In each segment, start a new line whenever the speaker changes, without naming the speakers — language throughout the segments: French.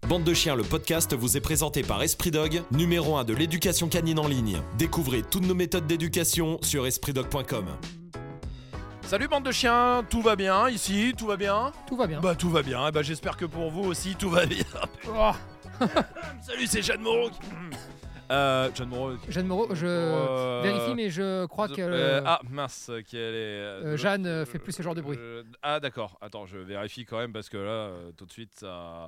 Bande de chiens, le podcast vous est présenté par Esprit Dog, numéro 1 de l'éducation canine en ligne. Découvrez toutes nos méthodes d'éducation sur espritdog.com.
Salut bande de chiens, tout va bien ici, tout va bien ?
Tout va bien.
Bah tout va bien, j'espère que pour vous aussi tout va bien.
Oh.
Salut, c'est Jeanne Moreau. Jeanne Moreau.
Jeanne Moreau, je vérifie, mais je crois que
Ah mince, qu'elle est...
Jeanne fait plus ce genre de bruit.
Ah d'accord, attends, je vérifie quand même parce que là, tout de suite, ça...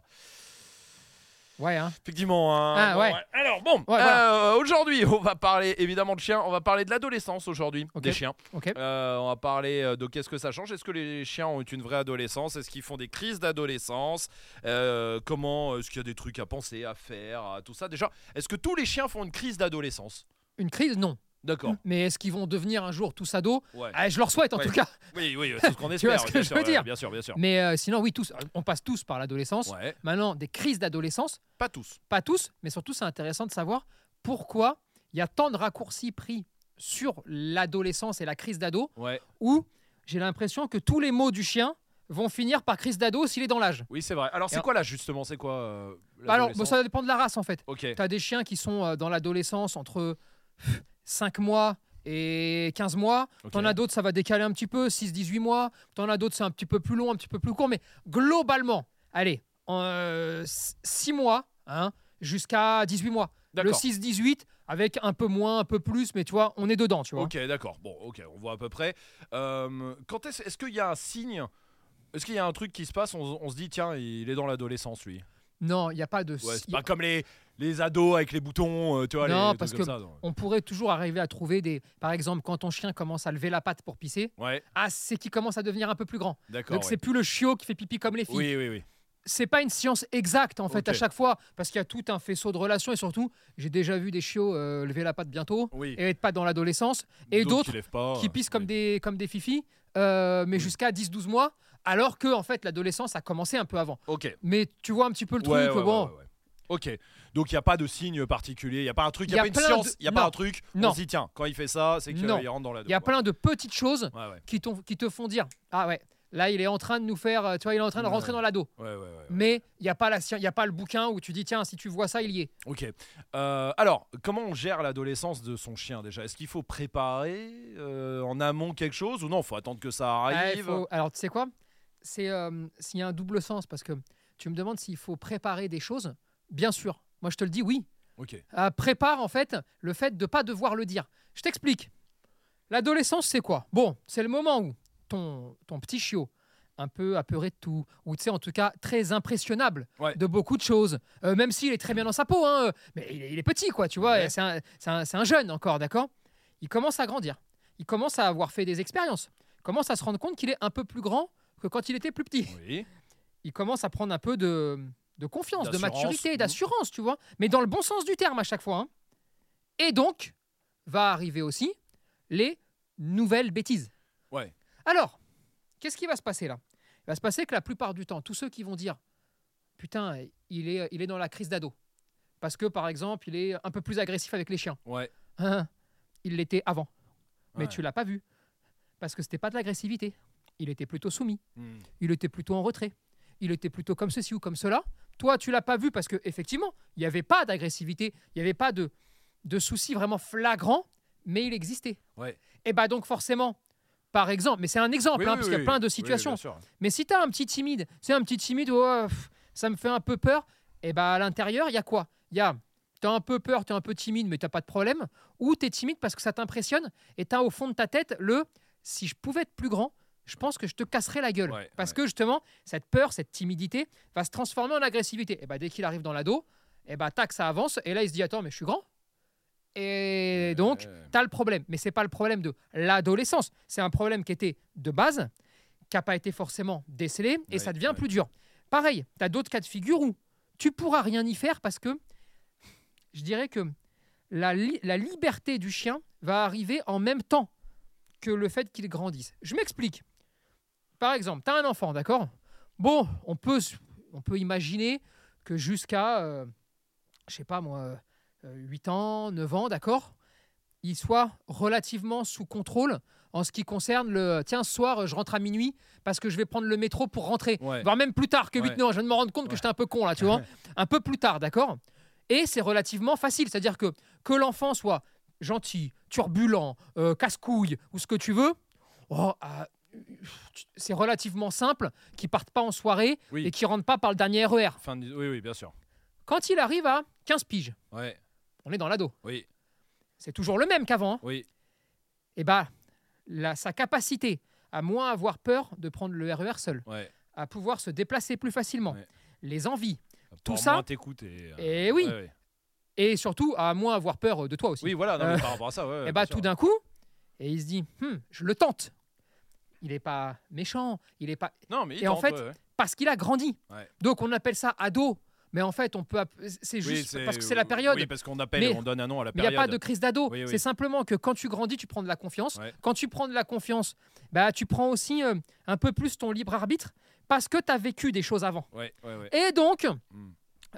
Ouais, hein.
Effectivement, hein.
Ah,
Bon,
ouais.
Alors bon,
voilà.
aujourd'hui, on va parler évidemment de chiens. On va parler de l'adolescence aujourd'hui,
Ok.
des chiens.
Ok.
On va parler de qu'est-ce que ça change. Est-ce que les chiens ont une vraie adolescence ? Est-ce qu'ils font des crises d'adolescence ? Comment est-ce qu'il y a des trucs à penser, à faire, à tout ça ? Déjà, est-ce que tous les chiens font une crise d'adolescence ?
Une crise, non.
D'accord.
Mais est-ce qu'ils vont devenir un jour tous ados ?
Ouais.
Je leur souhaite en tout cas.
Oui, c'est ce qu'on espère.
Tu vois ce que je veux dire ?
Bien sûr.
Mais sinon, oui, tous. On passe tous par l'adolescence.
Ouais.
Maintenant, des crises d'adolescence,
Pas tous.
pas tous, mais surtout, c'est intéressant de savoir pourquoi il y a tant de raccourcis pris sur l'adolescence et la crise d'ado,
Ouais.
où j'ai l'impression que tous les mots du chien vont finir par crise d'ado s'il est dans l'âge.
Oui, c'est vrai. Alors, c'est
Et
quoi là justement ? C'est quoi
Alors,
l'adolescence ?
ça dépend de la race en fait.
Ok.
Tu as des chiens qui sont dans l'adolescence entre 5 mois et 15 mois.
Ok.
T'en as d'autres, ça va décaler un petit peu, 6-18 mois. T'en as d'autres, c'est un petit peu plus long, un petit peu plus court. Mais globalement, allez, 6 mois jusqu'à 18 mois.
D'accord.
Le 6-18, avec un peu moins, un peu plus, mais tu vois, on est dedans, tu vois.
Ok, d'accord. Bon, ok, on voit à peu près. Quand est-ce qu'il y a un signe ? Est-ce qu'il y a un truc qui se passe ? On se dit, tiens, il est dans l'adolescence, lui.
Non, il n'y a pas de...
Ouais, c'est pas comme les ados avec les boutons, tu vois.
Non,
les
parce
trucs
que
comme ça,
on pourrait toujours arriver à trouver des... Par exemple, quand ton chien commence à lever la patte pour pisser,
Ouais,
c'est qu'il commence à devenir un peu plus grand.
d'accord.
Donc c'est plus le chiot qui fait pipi comme les filles.
Oui.
C'est pas une science exacte en fait
Ok.
à chaque fois parce qu'il y a tout un faisceau de relations et surtout j'ai déjà vu des chiots lever la patte bientôt
Oui.
et être pas dans l'adolescence et d'autres
qui lèvent pas,
qui pissent comme
oui.
des fifis mais jusqu'à 10-12 mois alors que en fait l'adolescence a commencé un peu avant.
Ok.
Mais tu vois un petit peu le truc
Ouais.
bon.
Ok. Donc il y a pas de signe particulier, il y a pas un truc, il y
Y
a
a
pas une
plein
science,
de-
il y a
non.
pas un truc.
Non.
On se dit tiens, quand il fait ça, c'est qu'il
Non.
rentre dans la.
Il y a plein de petites choses
Ouais.
qui te font dire ah ouais là il est en train de nous faire tu vois il est en train de rentrer dans l'ado.
Ouais.
Mais il n'y a pas y a pas le bouquin où tu dis tiens si tu vois ça il y est.
Ok. Alors, comment on gère l'adolescence de son chien déjà ? Est-ce qu'il faut préparer en amont quelque chose ou non ? Faut attendre que ça arrive.
Alors tu sais quoi c'est s'il y a un double sens parce que tu me demandes s'il faut préparer des choses. Bien sûr, moi je te le dis oui.
Ok.
Prépare en fait le fait de pas devoir le dire. Je t'explique. L'adolescence c'est quoi ? Bon, c'est le moment où ton petit chiot un peu apeuré de tout, ou tu sais en tout cas très impressionnable de beaucoup de choses, même s'il est très bien dans sa peau, mais il est petit quoi, tu vois,
Ouais.
et c'est un jeune encore, d'accord ? Il commence à grandir, il commence à avoir fait des expériences, il commence à se rendre compte qu'il est un peu plus grand que quand il était plus petit.
Oui.
Il commence à prendre un peu de confiance, de
D'assurance.
maturité, d'assurance, tu vois, mais dans le bon sens du terme à chaque fois. Et donc, va arriver aussi les nouvelles bêtises.
Ouais.
Alors, qu'est-ce qui va se passer là ? Il va se passer que la plupart du temps, tous ceux qui vont dire « Putain, il est dans la crise d'ado », parce que, par exemple, il est un peu plus agressif avec les chiens.
Ouais.
Il l'était avant, mais
Ouais.
tu l'as pas vu, parce que c'était pas de l'agressivité. Il était plutôt soumis,
Hmm.
il était plutôt en retrait, il était plutôt comme ceci ou comme cela. Toi, tu l'as pas vu parce que effectivement, il n'y avait pas d'agressivité, il n'y avait pas de soucis vraiment flagrants, mais il existait.
Ouais.
Et bah donc forcément, par exemple, mais c'est un exemple, parce qu'il y a plein de situations.
Oui, bien sûr.
Mais si tu as un petit timide, ça me fait un peu peur, et bah à l'intérieur, il y a quoi ? Tu as un peu peur, tu es un peu timide, mais tu n'as pas de problème. Ou tu es timide parce que ça t'impressionne, et tu as au fond de ta tête si je pouvais être plus grand, je pense que je te casserais la gueule. Parce que justement, cette peur, cette timidité va se transformer en agressivité. Et bah dès qu'il arrive dans l'ado, et bah tac, ça avance, et là il se dit attends, mais je suis grand. Et donc, tu as le problème. Mais ce n'est pas le problème de l'adolescence. C'est un problème qui était de base, qui n'a pas été forcément décelé, et ça devient plus dur. Pareil, tu as d'autres cas de figure où tu pourras rien y faire parce que je dirais que la liberté du chien va arriver en même temps que le fait qu'il grandisse. Je m'explique. Par exemple, tu as un enfant, d'accord ? Bon, on peut imaginer que jusqu'à, je sais pas moi, 8 ans, 9 ans, d'accord ? Il soit relativement sous contrôle en ce qui concerne le tiens, ce soir, je rentre à minuit parce que je vais prendre le métro pour rentrer.
Ouais.
Voire même plus tard que 8
Ouais.
9 Je viens de me rendre compte que j'étais un peu con là, tu vois. Un peu plus tard, d'accord. Et c'est relativement facile. C'est-à-dire que l'enfant soit gentil, turbulent, casse-couille ou ce que tu veux, c'est relativement simple qu'il parte pas en soirée
Oui.
et qu'il rentre pas par le dernier RER.
Oui, bien sûr.
Quand il arrive à 15 piges,
Ouais.
on est dans l'ado.
Oui.
C'est toujours le même qu'avant. Hein.
Oui.
Et bah, sa capacité à moins avoir peur de prendre le RER seul,
Ouais.
à pouvoir se déplacer plus facilement,
Ouais.
les envies, Tout
Pour
ça-
moins t'écouter.
Eh oui.
Ouais.
et surtout à moins avoir peur de toi aussi.
Oui, voilà. Non, mais par rapport à ça, ouais.
Et
bien
bah
sûr.
tout d'un coup, et il se dit, je le tente. Il n'est pas méchant, il est pas
Non, mais il
et en
tente,
fait,
ouais.
parce qu'il a grandi.
Ouais.
Donc on appelle ça ado, mais en fait c'est
Oui,
juste parce que c'est la période.
Oui, parce qu'on
Mais-
on donne un nom à la
Mais il n'y
période.
a pas de crise d'ado.
Oui, oui.
C'est simplement que quand tu grandis, tu prends de la confiance.
Ouais.
Quand tu prends de la confiance, bah, tu prends aussi un peu plus ton libre arbitre parce que tu as vécu des choses avant.
Ouais.
Et donc,
Mm.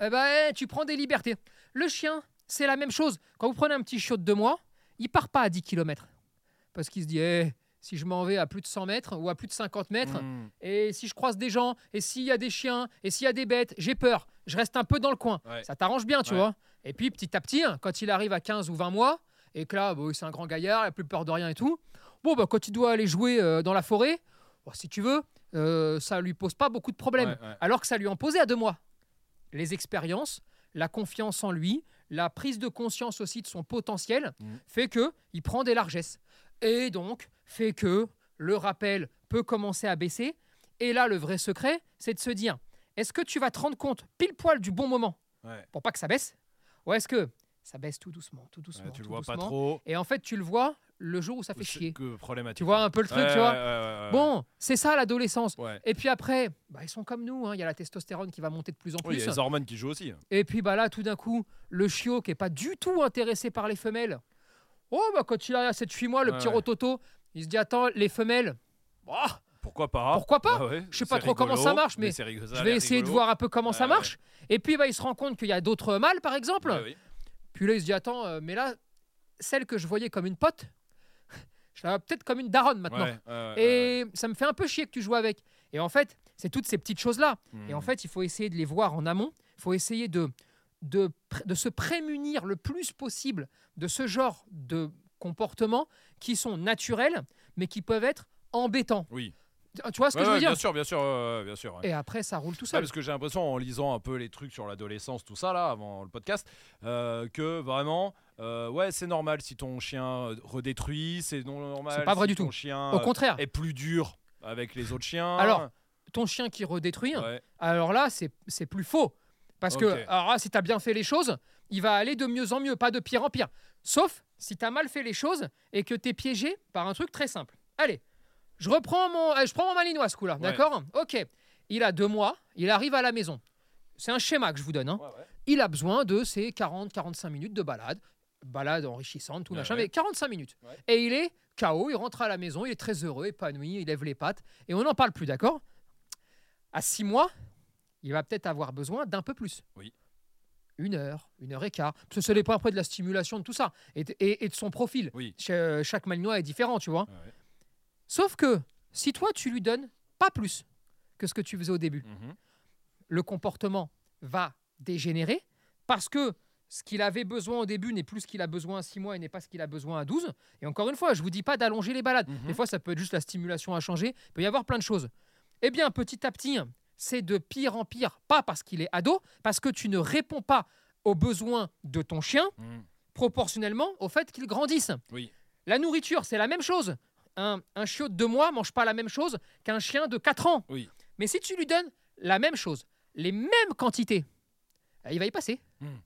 tu prends des libertés. Le chien, c'est la même chose. Quand vous prenez un petit chiot de 2 mois, il part pas à 10 km. Parce qu'il se dit, si je m'en vais à plus de 100 mètres ou à plus de 50 mètres,
Mm.
et si je croise des gens, et s'il y a des chiens, et s'il y a des bêtes, j'ai peur. Je reste un peu dans le coin.
Ouais.
Ça t'arrange bien, tu
Ouais.
vois. Et puis, petit à petit, quand il arrive à 15 ou 20 mois, et que là, c'est un grand gaillard, il n'a plus peur de rien et tout, quand il doit aller jouer dans la forêt, si tu veux, ça lui pose pas beaucoup de problèmes.
Ouais.
Alors que ça lui en posait à 2 mois. Les expériences, la confiance en lui, la prise de conscience aussi de son potentiel fait que il prend des largesses. Et donc, fait que le rappel peut commencer à baisser. Et là, le vrai secret, c'est de se dire, est-ce que tu vas te rendre compte pile poil du bon moment
Ouais.
pour pas que ça baisse? Ou est-ce que ça baisse tout doucement, tout doucement,
Ouais, tu le
tout
vois pas
doucement,
trop.
et en fait, tu le vois le jour où ça fait chier.
Que problématique.
Tu vois un peu le truc,
Ouais,
tu vois.
ouais.
Bon, c'est ça l'adolescence.
Ouais.
Et puis après, ils sont comme nous, hein. Il y a la testostérone qui va monter de plus en
Oui, il y
plus.
a les hormones qui jouent aussi.
Et puis là, tout d'un coup, le chiot qui est pas du tout intéressé par les femelles, quand il a 7-8 mois, le petit
Ouais.
rototo, il se dit, attends, les femelles,
Pourquoi pas?
Pourquoi pas?
Ouais,
je sais pas
c'est
trop comment
rigolo,
ça marche, mais
c'est rigolo, ça a
je vais
l'air
essayer de
rigolo.
voir un peu comment ça
Ouais,
marche. Et puis il se rend compte qu'il y a d'autres mâles, par exemple.
Ouais, oui.
Puis là, il se dit, attends, mais là, celle que je voyais comme une pote, je la vois peut-être comme une daronne maintenant. Et ça me fait un peu chier que tu joues avec. Et en fait, c'est toutes ces petites choses-là. Et en fait, il faut essayer de les voir en amont. Il faut essayer de se prémunir le plus possible de ce genre de comportements qui sont naturels, mais qui peuvent être embêtants.
Oui.
Tu vois ce que je veux dire?
Bien sûr. Ouais.
Et après, ça roule tout
Ouais,
seul.
parce que j'ai l'impression, en lisant un peu les trucs sur l'adolescence, tout ça, là, avant le podcast, que vraiment, c'est normal si ton chien redétruit, c'est normal
C'est pas vrai
si
du
ton
tout.
chien
Au contraire,
est plus dur avec les autres chiens.
Alors, ton chien qui redétruit,
ouais.
alors là, c'est plus faux. Parce
Ok.
que, alors là, si tu as bien fait les choses, il va aller de mieux en mieux, pas de pire en pire. Sauf si tu as mal fait les choses et que tu es piégé par un truc très simple. Allez, je prends mon malinois ce coup-là,
Ouais.
d'accord? Ok, il a 2 mois, il arrive à la maison. C'est un schéma que je vous donne. Hein.
Ouais.
Il a besoin de ses 40-45 minutes de balade enrichissante, tout
Ouais,
machin,
ouais.
mais 45 minutes.
Ouais.
Et il est KO, il rentre à la maison, il est très heureux, épanoui, il lève les pattes, et on n'en parle plus, d'accord? À 6 mois, il va peut-être avoir besoin d'un peu plus.
Oui.
1 heure, 1 heure et quart. Parce que ça dépend après de la stimulation, de tout ça, et de son profil.
Oui.
Chaque malinois est différent, tu vois.
Ouais.
Sauf que si toi, tu lui donnes pas plus que ce que tu faisais au début,
Mhm.
le comportement va dégénérer parce que ce qu'il avait besoin au début n'est plus ce qu'il a besoin à 6 mois et n'est pas ce qu'il a besoin à 12. Et encore une fois, je ne vous dis pas d'allonger les balades.
Mhm.
Des fois, ça peut être juste la stimulation à changer. Il peut y avoir plein de choses. Eh bien, petit à petit, c'est de pire en pire. Pas parce qu'il est ado, parce que tu ne réponds pas aux besoins de ton chien
Mhm.
proportionnellement au fait qu'il grandisse.
Oui.
La nourriture, c'est la même chose. Un chiot de 2 mois mange pas la même chose qu'un chien de 4 ans.
Oui.
Mais si tu lui donnes la même chose, les mêmes quantités, il va y passer.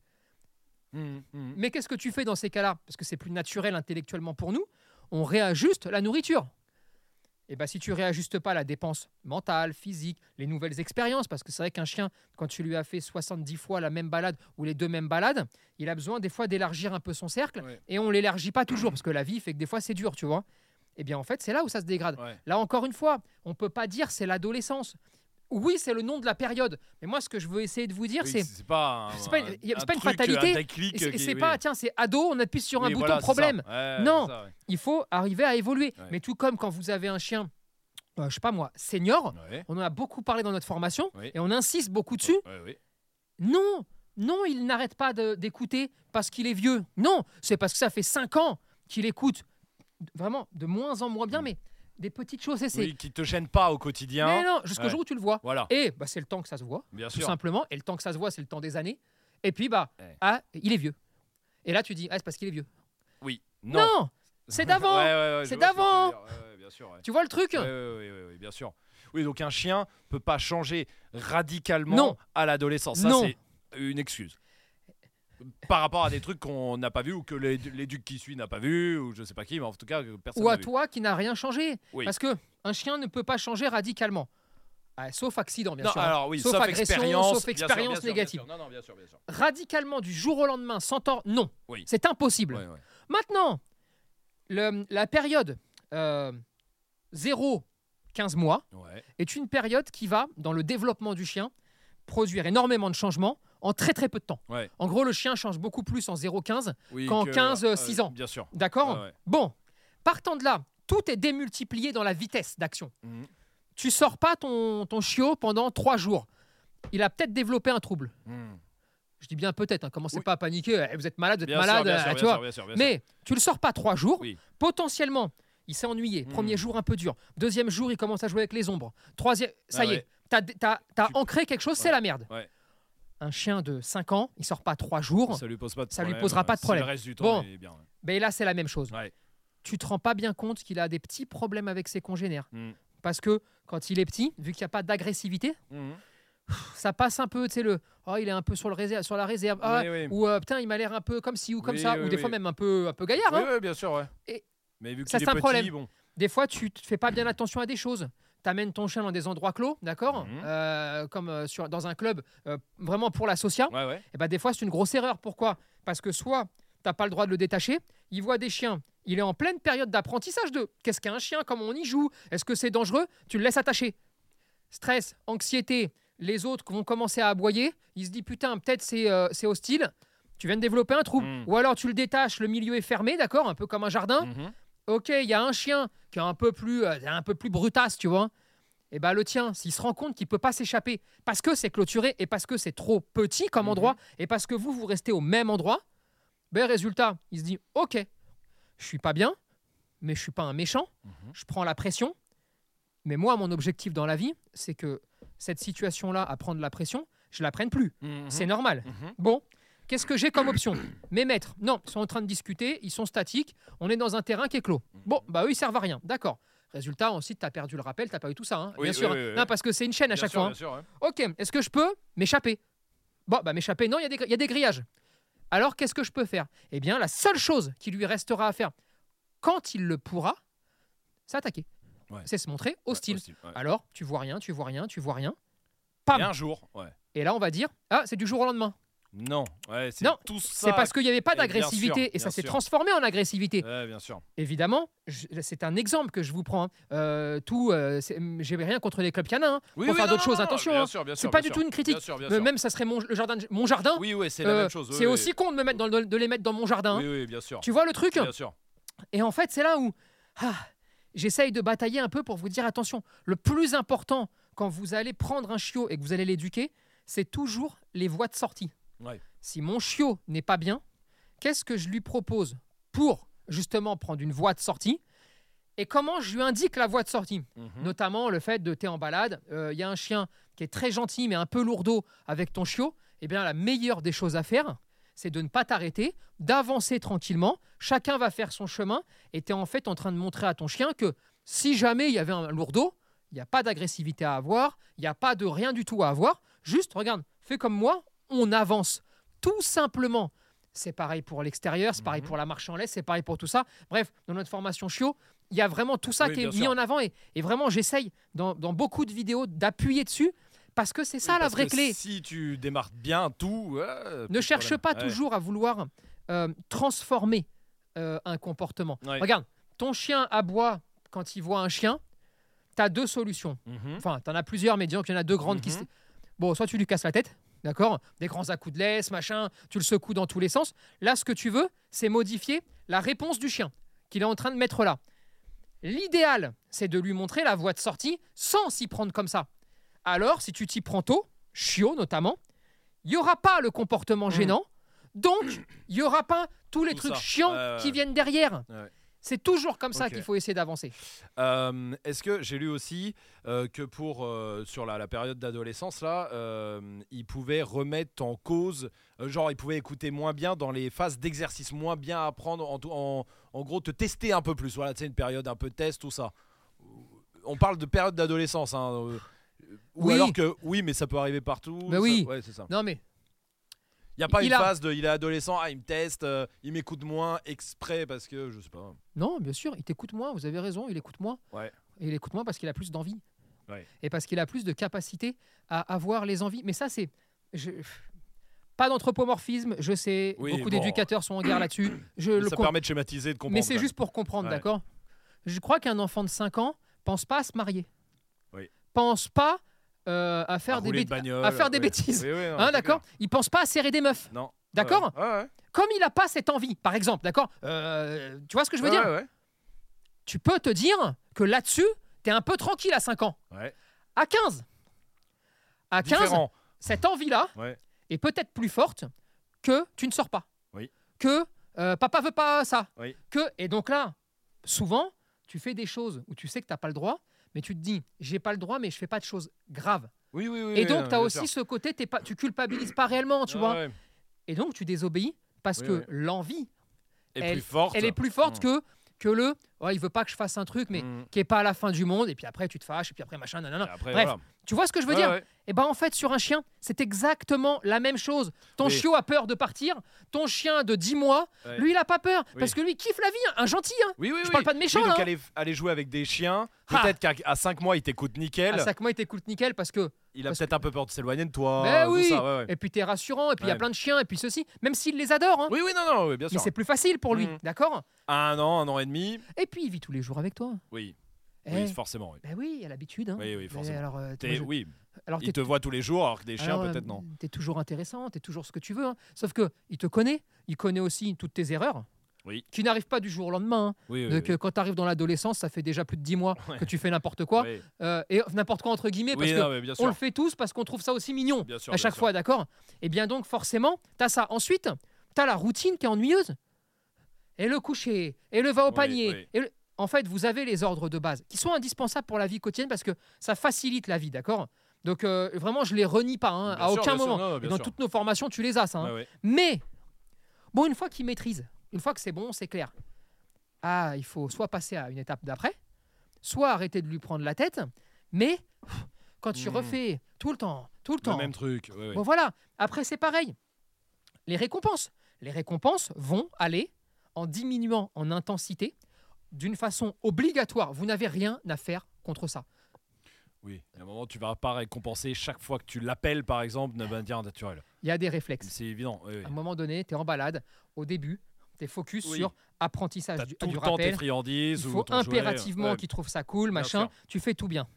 Mhm. Mhm.
Mais qu'est-ce que tu fais dans ces cas-là? Parce que c'est plus naturel intellectuellement pour nous. On réajuste la nourriture. Et bien, si tu réajustes pas la dépense mentale, physique, les nouvelles expériences, parce que c'est vrai qu'un chien, quand tu lui as fait 70 fois la même balade ou les 2 mêmes balades, il a besoin des fois d'élargir un peu son cercle.
Ouais.
Et on l'élargit pas toujours, parce que la vie fait que des fois c'est dur, tu vois. Et bien en fait, c'est là où ça se dégrade.
Ouais.
Là encore une fois, on peut pas dire c'est l'adolescence. Oui, c'est le nom de la période. Mais moi, ce que je veux essayer de vous dire,
Oui,
c'est.
c'est pas
C'est pas une
truc,
fatalité.
un déclic
C'est
qui-
pas,
oui.
tiens, c'est ado, on appuie sur un
Oui,
bouton,
voilà, c'est
problème.
ça. Ouais,
Non.
c'est ça, ouais.
Il faut arriver à évoluer.
Ouais.
Mais tout comme quand vous avez un chien, je sais pas moi, senior,
Ouais.
on en a beaucoup parlé dans notre formation
Oui.
et on insiste beaucoup dessus.
Ouais.
Non, non, il n'arrête pas d'écouter parce qu'il est vieux. Non, c'est parce que ça fait 5 ans qu'il écoute vraiment de moins en moins bien, mais des petites choses. Et c'est.
Oui, qui te gêne pas au quotidien.
Mais non, jusqu'au
Ouais.
jour où tu le vois.
Voilà,
Et c'est le temps que ça se voit,
bien
tout
sûr.
simplement. Et le temps que ça se voit, c'est le temps des années. Et puis,
Ouais.
il est vieux. Et là, tu dis, c'est parce qu'il est vieux.
Oui.
Non, c'est d'avant.
Ouais,
C'est
je vois ce que tu veux
d'avant.
dire. Ouais, bien sûr. Ouais.
Tu vois le truc?
Oui, bien sûr. Oui, donc un chien peut pas changer radicalement
Non.
à l'adolescence. Ça,
Non.
c'est une excuse. Par rapport à des trucs qu'on n'a pas vu ou que l'éduc qui suit n'a pas vu ou je sais pas qui, mais en tout cas personne
Ou
n'a
à
vu.
toi qui n'a rien changé.
Oui.
Parce que un chien ne peut pas changer radicalement. Sauf accident, bien
Non,
sûr.
alors oui,
Sauf agression,
expérience,
sauf
bien sûr,
expérience
bien sûr,
négative.
bien sûr. Non, bien sûr.
Radicalement, du jour au lendemain, sans tort, non.
Oui.
C'est impossible.
Ouais.
Maintenant, la période 0-15 mois
Ouais.
est une période qui va, dans le développement du chien, produire énormément de changements en très très peu de temps.
Ouais.
En gros, le chien change beaucoup plus en 0-15
Oui,
qu'en
que-
15-6 ans.
Bien sûr.
D'accord?
Ouais.
Bon, partant de là, tout est démultiplié dans la vitesse d'action.
Mhm.
Tu sors pas ton chiot pendant 3 jours. Il a peut-être développé un trouble.
Mhm.
Je dis bien peut-être, commencez
Oui.
pas à paniquer. Vous êtes malade,
Bien
malade,
sûr, bien sûr,
tu vois.
bien sûr.
Mais tu le sors pas 3 jours.
Oui.
Potentiellement, il s'est ennuyé. Premier jour, un peu dur. Deuxième jour, il commence à jouer avec les ombres. Troisième, ça
Ah
y
ouais.
est, t'as
Tu-
ancré quelque chose, c'est
Ouais.
la merde.
Ouais.
Un chien de 5 ans, il sort pas 3 jours.
Ça lui pose pas de
Ça lui
problème,
posera pas de
si
problème.
Le reste du temps,
Bon.
il est bien.
Mais là, c'est la même chose.
Ouais.
Tu te rends pas bien compte qu'il a des petits problèmes avec ses congénères.
Mhm.
Parce que quand il est petit, vu qu'il n'y a pas d'agressivité,
Mhm.
ça passe un peu, tu sais, il est un peu sur la réserve.
Oui.
Ou putain, il m'a l'air un peu comme ci ou comme
Oui,
ça.
oui,
ou des
oui.
fois même un peu gaillard. hein.
Oui, bien sûr, ouais.
Et
Mais vu
ça,
qu'il est
c'est un
petit,
problème.
bon.
Des fois, tu ne fais pas bien attention à des choses. Tu amènes ton chien dans des endroits clos, d'accord, comme dans un club, vraiment pour la socia.
Ouais.
Et ben, des fois, c'est une grosse erreur. Pourquoi? Parce que soit tu n'as pas le droit de le détacher, il voit des chiens, il est en pleine période d'apprentissage de qu'est-ce qu'un chien, comment on y joue, est-ce que c'est dangereux, tu le laisses attacher. Stress, anxiété, les autres vont commencer à aboyer, il se dit putain, peut-être c'est hostile, tu viens de développer un trouble.
Mm.
Ou alors tu le détaches, le milieu est fermé, d'accord, un peu comme un jardin.
Mhm.
Ok, il y a un chien qui est un peu plus brutasse, tu vois. Et ben le tien, s'il se rend compte qu'il peut pas s'échapper parce que c'est clôturé et parce que c'est trop petit comme endroit et parce que vous restez au même endroit, ben résultat, il se dit ok, je suis pas bien, mais je suis pas un méchant, je prends la pression. Mais moi, mon objectif dans la vie, c'est que cette situation-là, à prendre la pression, je la prenne plus.
Mhm.
C'est normal.
Mhm.
Bon, qu'est-ce que j'ai comme option? Mes maîtres, non, ils sont en train de discuter, ils sont statiques, on est dans un terrain qui est clos. Bon, bah eux, ils servent à rien, d'accord. Résultat, ensuite, tu as perdu le rappel, tu n'as pas eu tout ça, hein,
Oui,
bien sûr.
oui,
hein.
oui.
Non, parce que c'est une chaîne à
Bien
chaque
sûr,
fois.
bien sûr, ouais.
Ok, est-ce que je peux m'échapper? Bon, bah m'échapper, non, il y a des grillages. Alors, qu'est-ce que je peux faire? Eh bien, la seule chose qui lui restera à faire, quand il le pourra, c'est attaquer.
Ouais.
C'est se montrer hostile.
Ouais, hostile, ouais.
Alors, tu vois rien.
Et
Pam.
un jour, ouais.
Et là, on va dire, c'est du jour au lendemain.
Non, ouais, c'est
Non,
tout ça.
C'est parce qu'il n'y avait pas
Et bien
d'agressivité
sûr,
et ça
bien
s'est
sûr.
transformé en agressivité.
Ouais, bien sûr.
Évidemment, c'est un exemple que je vous prends. J'ai rien contre les clubs canins.
Oui,
Pour faire
non,
d'autres choses,
non,
attention.
Bien
hein.
sûr, bien
C'est
sûr,
pas
bien
du
sûr.
tout une critique.
Bien sûr, bien sûr.
Même ça serait le jardin, mon jardin.
Oui, c'est la même chose.
C'est aussi con de me mettre de les mettre dans mon jardin. hein.
Oui, bien sûr.
Tu vois le truc?
Bien sûr.
Et en fait, c'est là où j'essaye de batailler un peu pour vous dire attention. Le plus important quand vous allez prendre un chiot et que vous allez l'éduquer, c'est toujours les voies de sortie.
Ouais.
Si mon chiot n'est pas bien, qu'est-ce que je lui propose pour justement prendre une voie de sortie et comment je lui indique la voie de sortie?
Mhm.
Notamment le fait de t'es en balade, il y a un chien qui est très gentil mais un peu lourdeau avec ton chiot, eh bien la meilleure des choses à faire, c'est de ne pas t'arrêter, d'avancer tranquillement, chacun va faire son chemin et tu es en fait en train de montrer à ton chien que si jamais il y avait un lourdeau, il n'y a pas d'agressivité à avoir, il n'y a pas de rien du tout à avoir, juste regarde, fais comme moi, on avance. Tout simplement. C'est pareil pour l'extérieur, c'est pareil pour la marche en laisse, c'est pareil pour tout ça. Bref, dans notre formation chiot, il y a vraiment tout ça
Oui,
qui est
bien
mis
sûr.
en avant et vraiment j'essaye dans beaucoup de vidéos d'appuyer dessus parce que c'est ça
Oui,
la
parce
vraie
que
clé.
Si tu démarres bien tout,
Ne cherche pas toujours à vouloir transformer un comportement.
Ouais.
Regarde, ton chien aboie quand il voit un chien. tu as 2 solutions.
Mhm.
Enfin, tu en as plusieurs, mais disons qu'il y en a 2 grandes qui
Mhm.
Bon, soit tu lui casses la tête, d'accord, des grands à coups de laisse, machin, tu le secoues dans tous les sens. Là, ce que tu veux, c'est modifier la réponse du chien qu'il est en train de mettre là. L'idéal, c'est de lui montrer la voie de sortie sans s'y prendre comme ça. Alors, si tu t'y prends tôt, chiot notamment, il n'y aura pas le comportement gênant, donc il n'y aura pas tous les
Tout
trucs
ça.
chiants qui viennent derrière.
Ouais.
C'est toujours comme ça
Ok.
qu'il faut essayer d'avancer.
Est-ce que j'ai lu aussi que pour sur la période d'adolescence là, il pouvait remettre en cause, genre il pouvait écouter moins bien dans les phases d'exercice, moins bien apprendre, en gros te tester un peu plus. Voilà, tu sais, une période un peu test, tout ça. On parle de période d'adolescence, hein, ou
Oui.
alors que oui, mais ça peut arriver partout.
Mais
ça-
oui.
ouais, c'est ça.
Non mais,
Il y a pas
Il
une
a-
phase de il est adolescent, il me teste, il m'écoute moins exprès parce que je sais pas.
non, bien sûr, il t'écoute moins, vous avez raison, il écoute moins.
Ouais.
Et il écoute moins parce qu'il a plus d'envie.
Ouais.
Et parce qu'il a plus de capacité à avoir les envies. Mais ça, c'est... Pas d'anthropomorphisme, je sais,
Oui,
beaucoup
bon.
d'éducateurs sont en guerre là-dessus. Je le
Ça
com-
permet de schématiser, de comprendre.
Mais c'est
quand
juste pour comprendre,
Ouais.
d'accord? Je crois qu'un enfant de 5 ans pense pas à se marier.
Oui.
Pense pas à
même.
faire,
À
des,
rouler
bêt-
une bagnole,
à faire des
ouais.
bêtises.
Oui, oui, non,
Hein,
c'est
d'accord?
clair.
Il pense pas à serrer des meufs.
Non.
D'accord?
Ouais, ouais.
Comme il n'a pas cette envie, par exemple, d'accord? Tu vois ce que je veux dire?
Ouais, ouais.
Tu peux te dire que là-dessus, tu es un peu tranquille à 5 ans.
Ouais.
À 15, à 15,
Différent.
cette envie-là
Ouais.
est peut-être plus forte que tu ne sors pas.
Oui.
Que papa veut pas ça.
Oui.
Et donc là, souvent, tu fais des choses où tu sais que tu n'as pas le droit, mais tu te dis, j'ai pas le droit, mais je fais pas de choses graves.
Oui, oui, oui.
Et
oui,
donc,
non,
tu as
bien
aussi
sûr.
ce côté, tu culpabilises pas réellement, tu vois.
Ouais, ouais.
Et donc, tu désobéis parce
Oui,
que
oui.
l'envie,
Et plus forte.
elle est plus forte
Mm.
que le il veut pas que je fasse un truc, mais
Mm.
qui est pas à la fin du monde. Et puis après, tu te fâches, et puis après, machin, nanana.
Et après,
Bref,
voilà.
tu vois ce que je veux
Ouais,
dire?
ouais.
Et ben en fait, sur un chien, c'est exactement la même chose. Ton
Oui.
chiot a peur de partir, ton chien de 10 mois,
Ouais.
lui, il a pas peur,
Oui.
parce que lui, il kiffe la vie, hein, un gentil. Hein.
Oui, oui,
Je
oui.
parle pas de méchant,
Oui, donc
là, hein.
aller jouer avec des chiens,
Ah.
peut-être qu'à 5 mois, il t'écoute nickel.
À 5 mois, il t'écoute nickel parce que.
Il a
parce
peut-être un peu peur de s'éloigner de toi.
Ben
tout
oui.
ça, ouais, ouais.
Et puis t'es rassurant, et puis il y a
Ouais.
plein de chiens, et puis ceci, même s'il les adore. Hein.
Oui, oui, non, non, oui, bien
Mais
sûr.
c'est plus facile pour lui,
Mhm.
d'accord?
1 an et demi.
Et puis il vit tous les jours avec toi.
Oui,
Eh,
oui, forcément. Oui,
ben oui, il a l'habitude. Hein.
oui, oui,
Mais
forcément.
alors,
Oui,
alors
il te voit tous les jours, alors que des chiens,
alors,
peut-être non.
T'es toujours intéressant, t'es toujours ce que tu veux. Hein. Sauf que il te connaît, il connaît aussi toutes tes erreurs.
Oui.
Qui n'arrivent pas du jour au lendemain. Hein.
Oui, oui.
Donc,
oui.
quand tu arrives dans l'adolescence, ça fait déjà plus de 10 mois
Ouais.
que tu fais n'importe quoi.
Oui.
Et n'importe quoi entre guillemets, parce
Oui,
que
non, mais bien
on
sûr.
le fait tous parce qu'on trouve ça aussi mignon
Bien sûr,
à
bien
chaque
sûr.
fois, d'accord? Et bien donc, forcément, tu as ça. Ensuite, tu as la routine qui est ennuyeuse. Et le coucher, et le va au
Oui,
panier.
oui.
Et en fait, vous avez les ordres de base qui sont indispensables pour la vie quotidienne parce que ça facilite la vie, d'accord? Donc, vraiment, je les renie pas hein,
Bien
à
sûr,
aucun
bien sûr,
moment.
non,
Et
bien
dans
sûr.
toutes nos formations, tu les as, ça. Hein.
Ouais, ouais.
Mais, bon, une fois qu'ils maîtrisent, une fois que c'est bon, c'est clair. Ah, il faut soit passer à une étape d'après, soit arrêter de lui prendre la tête, mais quand tu
Mhm.
refais tout le temps,
Le même truc. Ouais, ouais.
bon voilà, après c'est pareil. Les récompenses vont aller en diminuant en intensité d'une façon obligatoire. Vous n'avez rien à faire contre ça.
Oui, à un moment, tu vas pas récompenser chaque fois que tu l'appelles, par exemple, de manière naturelle.
Il y a des réflexes.
C'est évident. Oui, oui.
À un moment donné, tu es en balade, au début, tu es focus
Oui.
sur apprentissage
T'as
du
tout le temps
rappel.
tes friandises
Il
ou
faut
ton jouet,
impérativement
ouais.
qu'il trouve ça cool,
Bien
machin.
sûr.
Tu fais tout bien.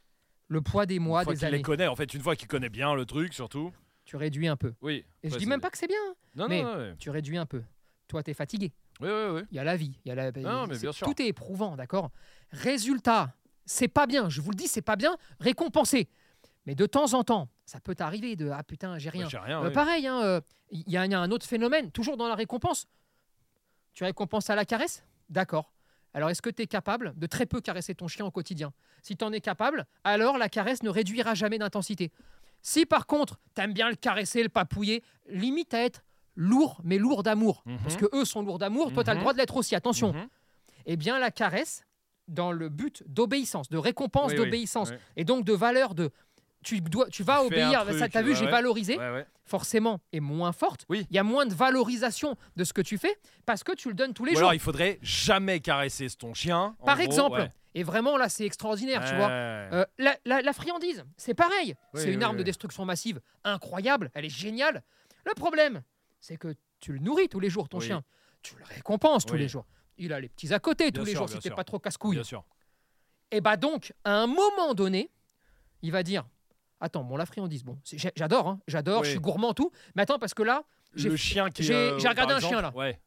Le poids des mois,
Une fois
des
qu'il les
années,
connaît, en fait, une fois qu'il connaît bien le truc, surtout.
tu réduis un peu.
Oui.
Et je
Ouais,
dis
c'est-
même pas que c'est bien, hein.
Non,
mais-
non, ouais.
Tu réduis un peu. Toi, tu es fatigué.
Oui, oui, oui.
Il y a la vie. Il y a la...
Non, mais bien sûr.
Tout est éprouvant, d'accord? Résultat, c'est pas bien. Je vous le dis, c'est pas bien. Récompensé. Mais de temps en temps, ça peut t'arriver de ah putain, j'ai rien.
Ouais, j'ai rien. oui.
Pareil, hein, il y a un autre phénomène, toujours dans la récompense. Tu récompenses à la caresse? D'accord. Alors, est-ce que tu es capable de très peu caresser ton chien au quotidien? Si tu en es capable, alors la caresse ne réduira jamais d'intensité. Si par contre, tu aimes bien le caresser, le papouiller, limite à être lourd, mais lourd d'amour,
Mhm.
parce que eux sont lourds d'amour, toi, tu as le
Mhm.
droit de l'être aussi, attention.
Mhm.
Eh bien, la caresse, dans le but d'obéissance, de récompense
Oui, oui,
d'obéissance,
oui.
et donc de valeur de... Tu vas
Tu fais un
obéir,
truc,
ça t'as vu,
ouais,
j'ai
ouais.
valorisé,
Ouais, ouais.
forcément, est moins forte.
Oui.
Il y a moins de valorisation de ce que tu fais parce que tu le donnes tous les
Ou
jours.
alors, il faudrait jamais caresser ton chien. en
Par
gros,
exemple.
ouais.
Et vraiment, là, c'est extraordinaire, tu vois.
Ouais.
La friandise, c'est pareil.
Oui,
C'est une
oui,
arme de
oui.
destruction massive incroyable. Elle est géniale. Le problème, c'est que tu le nourris tous les jours, ton
Oui.
chien. Tu le récompenses tous
Oui.
les jours. Il a les petits à côté
Bien
tous les
sûr,
jours
bien
si t'es
sûr.
pas trop casse-couille.
Bien sûr.
Et bah donc, à un moment donné, il va dire attends, bon, la friandise, bon, j'adore, hein, j'adore,
Oui.
je suis gourmand, tout. Mais attends, parce que là,
Le chien qui
j'ai regardé
par
un chien,
exemple,
là.
Ouais.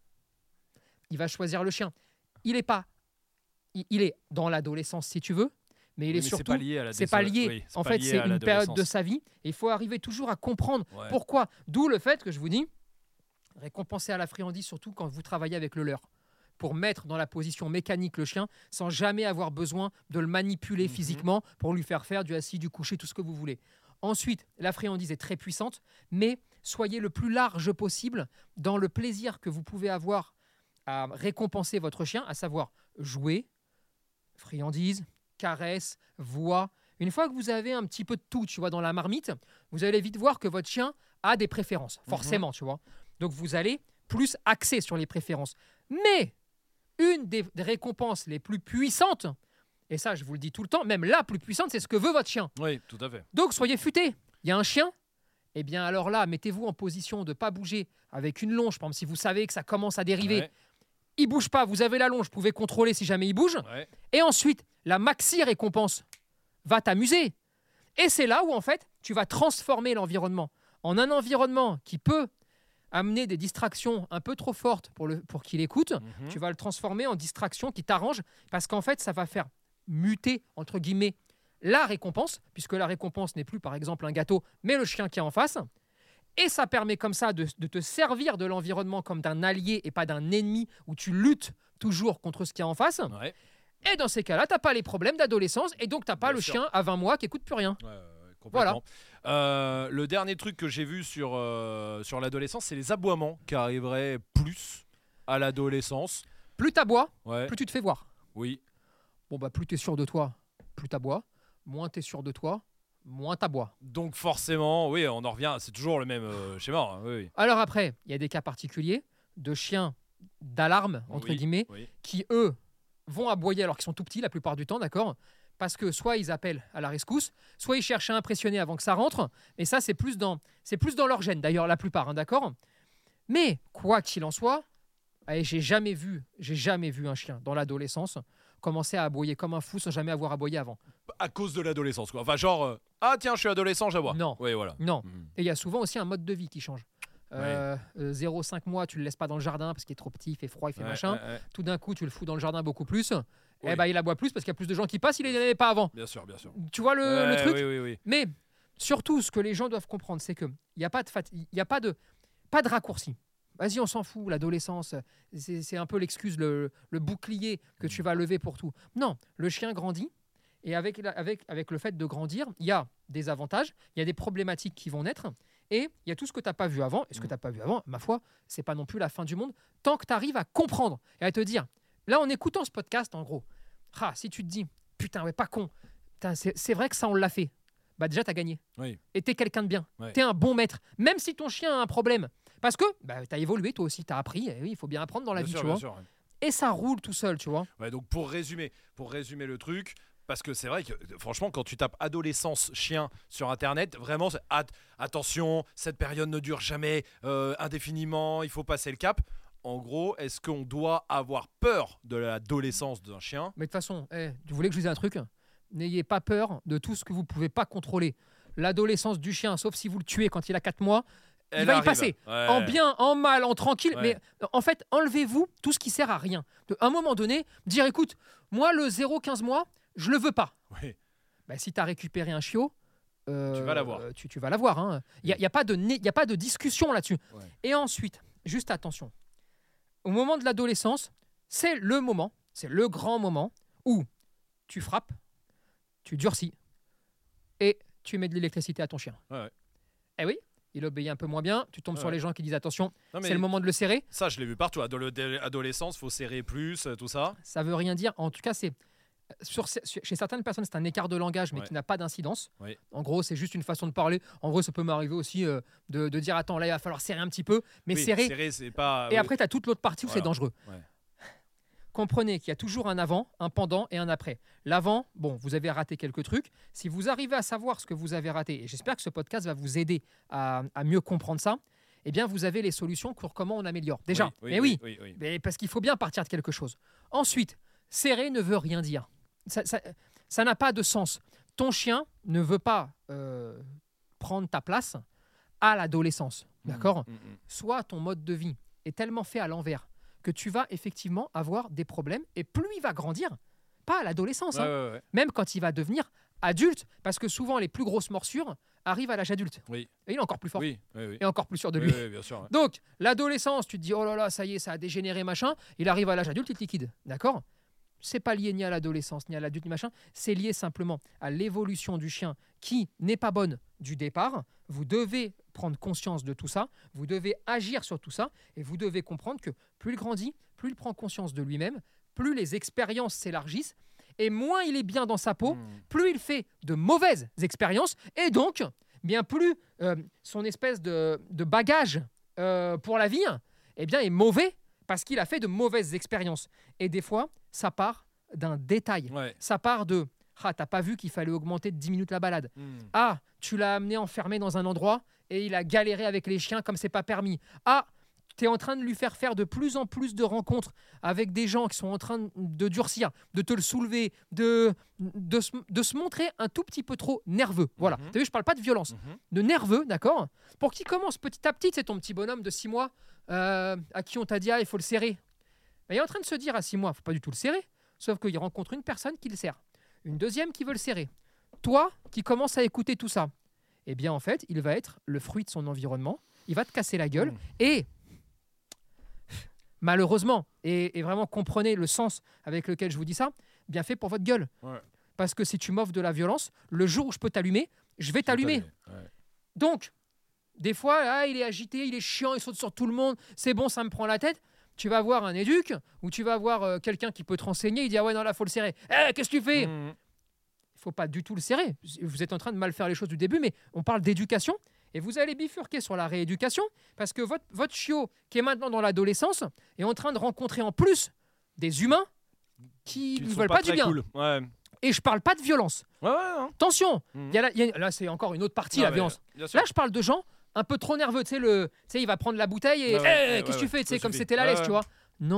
il va choisir le chien. Il est pas, il est dans l'adolescence, si tu veux, mais il
Oui,
est
mais
surtout.
c'est pas lié à la
C'est pas lié.
oui,
En
pas
fait,
lié
c'est
à
une période de
l'adolescence.
sa vie. Et il faut arriver toujours à comprendre
Ouais.
pourquoi. D'où le fait que je vous dis, récompenser à la friandise, surtout quand vous travaillez avec le leurre. Pour mettre dans la position mécanique le chien, sans jamais avoir besoin de le manipuler physiquement pour lui faire du assis, du coucher, tout ce que vous voulez. Ensuite, la friandise est très puissante, mais soyez le plus large possible dans le plaisir que vous pouvez avoir à récompenser votre chien, à savoir jouer, friandise, caresse, voix. Une fois que vous avez un petit peu de tout, tu vois, dans la marmite, vous allez vite voir que votre chien a des préférences, forcément, tu vois. Donc vous allez plus axer sur les préférences. Mais une des récompenses les plus puissantes, et ça je vous le dis tout le temps, même la plus puissante, c'est ce que veut votre chien.
Oui, tout à fait.
Donc soyez futés. Il y a un chien, eh bien alors là, mettez-vous en position de ne pas bouger avec une longe. Par exemple, si vous savez que ça commence à dériver,
Ouais,
il bouge pas, vous avez la longe, vous pouvez contrôler si jamais il bouge.
ouais.
Et ensuite, la maxi récompense va t'amuser. Et c'est là où, en fait, tu vas transformer l'environnement en un environnement qui peut amener des distractions un peu trop fortes pour qu'il écoute.
Mhm.
Tu vas le transformer en distraction qui t'arrange parce qu'en fait, ça va faire muter, entre guillemets, la récompense, puisque la récompense n'est plus, par exemple, un gâteau, mais le chien qui est en face. Et ça permet comme ça de te servir de l'environnement comme d'un allié et pas d'un ennemi où tu luttes toujours contre ce qu'il y a en face.
Ouais.
Et dans ces cas-là, tu n'as pas les problèmes d'adolescence et donc tu n'as pas
Bien
le
sûr.
chien à 20 mois qui écoute plus rien.
Complètement. Le dernier truc que j'ai vu sur l'adolescence, c'est les aboiements qui arriveraient plus à l'adolescence.
Plus tu aboies,
Ouais.
plus tu te fais voir.
Oui.
Bon, bah, plus tu es sûr de toi, plus tu aboies. Moins tu es sûr de toi, moins tu aboies.
Donc forcément, oui, on en revient. C'est toujours le même schéma. Hein, oui, oui.
Alors après, il y a des cas particuliers de chiens d'alarme, entre
Oui,
guillemets,
oui.
qui, eux, vont aboyer alors qu'ils sont tout petits la plupart du temps, d'accord ? Parce que soit ils appellent à la rescousse, soit ils cherchent à impressionner avant que ça rentre. Et ça, c'est plus dans leur gène, d'ailleurs, la plupart, hein, d'accord ? Mais, quoi qu'il en soit, allez, j'ai jamais vu un chien dans l'adolescence commencer à aboyer comme un fou sans jamais avoir aboyé avant.
À cause de l'adolescence, quoi. Enfin, genre, ah tiens, je suis adolescent, j'aboie.
Non.
Oui, voilà.
Non.
Mhm.
Et il y a souvent aussi un mode de vie qui change. 0,5 mois, tu le laisses pas dans le jardin parce qu'il est trop petit, il fait froid, il fait
Ouais,
machin.
ouais, ouais.
Tout d'un coup, tu le fous dans le jardin beaucoup plus.
Oui.
Eh ben, il aboie plus parce qu'il y a plus de gens qui passent, il ne l'avait pas avant.
Bien sûr, bien sûr.
Tu vois le
Ouais,
truc ?
Oui, oui, oui.
Mais surtout, ce que les gens doivent comprendre, c'est qu'il n'y a pas de raccourci. Vas-y, on s'en fout, l'adolescence, c'est un peu l'excuse, le bouclier que tu vas lever pour tout. Non, le chien grandit, et avec le fait de grandir, il y a des avantages, il y a des problématiques qui vont naître, et il y a tout ce que tu n'as pas vu avant. Et ce que tu n'as pas vu avant, ma foi, c'est pas non plus la fin du monde, tant que tu arrives à comprendre et à te dire, là, en écoutant ce podcast, en gros, si tu te dis, putain, ouais, pas con, putain, c'est vrai que ça, on l'a fait, bah déjà, tu as gagné.
Oui.
Et tu es quelqu'un de bien.
Ouais.
Tu es un bon maître. Même si ton chien a un problème. Parce que tu as évolué, toi aussi, tu as appris. Et oui, il faut bien apprendre dans la
Bien
vie,
sûr,
tu
bien
vois.
sûr, ouais.
Et ça roule tout seul, tu vois.
Ouais, donc pour résumer le truc, parce que c'est vrai que franchement, quand tu tapes adolescence chien sur internet, vraiment, c'est attention, cette période ne dure jamais indéfiniment, il faut passer le cap. En gros, est-ce qu'on doit avoir peur de l'adolescence d'un chien ?
Mais de toute façon, tu voulais que je vous dise un truc ? N'ayez pas peur de tout ce que vous ne pouvez pas contrôler. L'adolescence du chien, sauf si vous le tuez quand il a 4 mois, il va y passer.
Ouais.
En bien, en mal, en tranquille.
Ouais.
Mais en fait, enlevez-vous tout ce qui sert à rien. À un moment donné, dire écoute, moi, le 0-15 mois, je le veux pas.
Ouais.
Bah, si tu as récupéré un chiot,
Tu vas l'avoir.
Tu vas l'avoir. Hein. Il n'y a pas de discussion là-dessus.
Ouais.
Et ensuite, juste attention. Au moment de l'adolescence, c'est le moment, c'est le grand moment où tu frappes, tu durcis et tu mets de l'électricité à ton chien.
Ouais.
Eh oui, il obéit un peu moins bien. Tu tombes sur les gens qui disent attention,
Non, mais
c'est le moment de le serrer.
ça, je l'ai vu partout. Adolescence, faut serrer plus, tout ça.
Ça veut rien dire. En tout cas, c'est chez certaines personnes, c'est un écart de langage, mais
Ouais.
qui n'a pas d'incidence.
Oui.
En gros, c'est juste une façon de parler. En vrai, ça peut m'arriver aussi de dire attends, là, il va falloir serrer un petit peu, mais
Oui,
serrer.
c'est pas.
Et après, tu as toute l'autre partie où c'est
Voilà.
dangereux.
Ouais.
Comprenez qu'il y a toujours un avant, un pendant et un après. L'avant, bon, vous avez raté quelques trucs. Si vous arrivez à savoir ce que vous avez raté, et j'espère que ce podcast va vous aider à mieux comprendre ça, eh bien, vous avez les solutions pour comment on améliore. Déjà,
oui.
mais parce qu'il faut bien partir de quelque chose. Ensuite, serrer ne veut rien dire. Ça n'a pas de sens. Ton chien ne veut pas prendre ta place à l'adolescence. D'accord ? Soit ton mode de vie est tellement fait à l'envers que tu vas effectivement avoir des problèmes et plus il va grandir, pas à l'adolescence, hein, même quand il va devenir adulte, parce que souvent les plus grosses morsures arrivent à l'âge adulte.
Oui.
Et il est encore plus fort.
Oui.
Et encore plus sûr de lui.
Oui, bien sûr.
Donc, l'adolescence, tu te dis, oh là là, ça y est, ça a dégénéré, machin. Il arrive à l'âge adulte, il te liquide. D'accord ? C'est pas lié ni à l'adolescence, ni à l'adulte, ni machin. C'est lié simplement à l'évolution du chien qui n'est pas bonne du départ. Vous devez prendre conscience de tout ça. Vous devez agir sur tout ça. Et vous devez comprendre que plus il grandit, plus il prend conscience de lui-même, plus les expériences s'élargissent. Et moins il est bien dans sa peau, plus il fait de mauvaises expériences. Et donc, bien plus son espèce de bagage pour la vie est mauvais parce qu'il a fait de mauvaises expériences. Et des fois, ça part d'un détail.
Ouais.
Ça part de « Ah, t'as pas vu qu'il fallait augmenter de 10 minutes la balade. Ah, tu l'as amené enfermé dans un endroit et il a galéré avec les chiens comme c'est pas permis. Ah, tu es en train de lui faire faire de plus en plus de rencontres avec des gens qui sont en train de durcir, de te le soulever, de se montrer un tout petit peu trop nerveux. Voilà. Tu as vu, je parle pas de violence, de nerveux, d'accord ? Pour qu'il commence petit à petit, c'est ton petit bonhomme de 6 mois à qui on t'a dit « Ah, il faut le serrer ». Il est en train de se dire à 6 mois, il ne faut pas du tout le serrer, sauf qu'il rencontre une personne qui le serre, une deuxième qui veut le serrer. Toi, qui commences à écouter tout ça, eh bien en fait, il va être le fruit de son environnement, il va te casser la gueule et... Malheureusement, et vraiment comprenez le sens avec lequel je vous dis ça, bien fait pour votre gueule. Ouais. Parce que si tu m'offres de la violence, le jour où je peux t'allumer, je vais t'allumer. Ouais. Donc, des fois, il est agité, il est chiant, il saute sur tout le monde, c'est bon, ça me prend la tête. Tu vas voir un éduc ou tu vas voir quelqu'un qui peut te renseigner, il dit « Ah ouais, non, là, faut le serrer. Qu'est-ce que tu fais ?» Il ne faut pas du tout le serrer. Vous êtes en train de mal faire les choses du début, mais on parle d'éducation. Et vous allez bifurquer sur la rééducation parce que votre chiot qui est maintenant dans l'adolescence est en train de rencontrer en plus des humains qui ne veulent pas du bien.
Cool. Ouais.
Et je parle pas de violence. Attention, là c'est encore une autre partie, la violence. Là je parle de gens un peu trop nerveux. Tu sais, il va prendre la bouteille et qu'est-ce que tu fais, comme c'était la laisse, tu vois.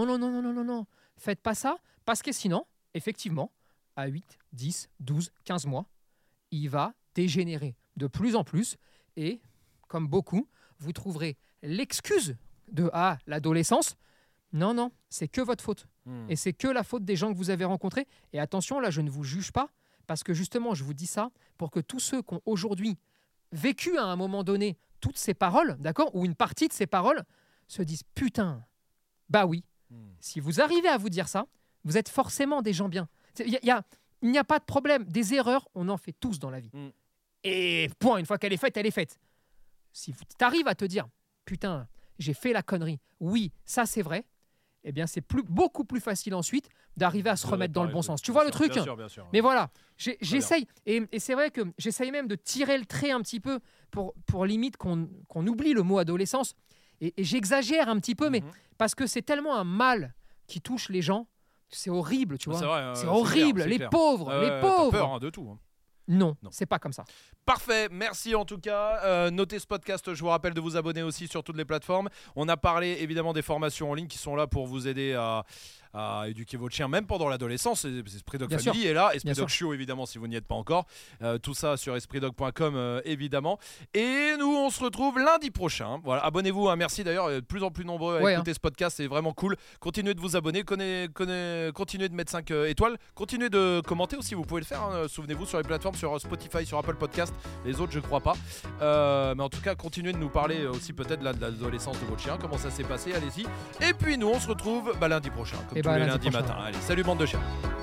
Non. Faites pas ça parce que sinon, effectivement, à 8, 10, 12, 15 mois, il va dégénérer de plus en plus. Et, comme beaucoup, vous trouverez l'excuse de « l'adolescence ». Non, c'est que votre faute. Et c'est que la faute des gens que vous avez rencontrés. Et attention, là, je ne vous juge pas, parce que justement, je vous dis ça pour que tous ceux qui ont aujourd'hui vécu à un moment donné toutes ces paroles, d'accord, ou une partie de ces paroles, se disent « Putain, bah oui, si vous arrivez à vous dire ça, vous êtes forcément des gens bien. » Il n'y a pas de problème. Des erreurs, on en fait tous dans la vie. Et point, une fois qu'elle est faite, elle est faite. Si tu arrives à te dire, putain, j'ai fait la connerie, oui, ça c'est vrai, eh bien c'est beaucoup plus facile ensuite d'arriver à se remettre dans le bon sens. Tu vois le truc ?
Bien sûr.
Mais voilà, j'essaye, et c'est vrai que j'essaye même de tirer le trait un petit peu pour limite qu'on oublie le mot adolescence. Et j'exagère un petit peu, mais parce que c'est tellement un mal qui touche les gens, c'est horrible, tu vois.
C'est vrai,
c'est horrible,
clair,
les
clair.
pauvres, les pauvres.
T'as peur de tout.
Non, c'est pas comme ça.
Parfait, merci en tout cas. Notez ce podcast, je vous rappelle de vous abonner aussi sur toutes les plateformes. On a parlé évidemment des formations en ligne qui sont là pour vous aider à éduquer votre chien, même pendant l'adolescence. Esprit Dog Family est là, Esprit Dog Show évidemment si vous n'y êtes pas encore. Tout ça sur espritdog.com évidemment. Et nous on se retrouve lundi prochain. Voilà, abonnez-vous, merci d'ailleurs, de plus en plus nombreux à écouter ce podcast, c'est vraiment cool. Continuez de vous abonner, continuez de mettre 5 étoiles, continuez de commenter aussi, vous pouvez le faire, souvenez-vous sur les plateformes, sur Spotify, sur Apple Podcast, les autres je crois pas. Mais en tout cas continuez de nous parler aussi peut-être de l'adolescence de votre chien, comment ça s'est passé, allez-y. Et puis nous on se retrouve lundi prochain. Comme tous les lundis matin. Allez, salut bande de chiens.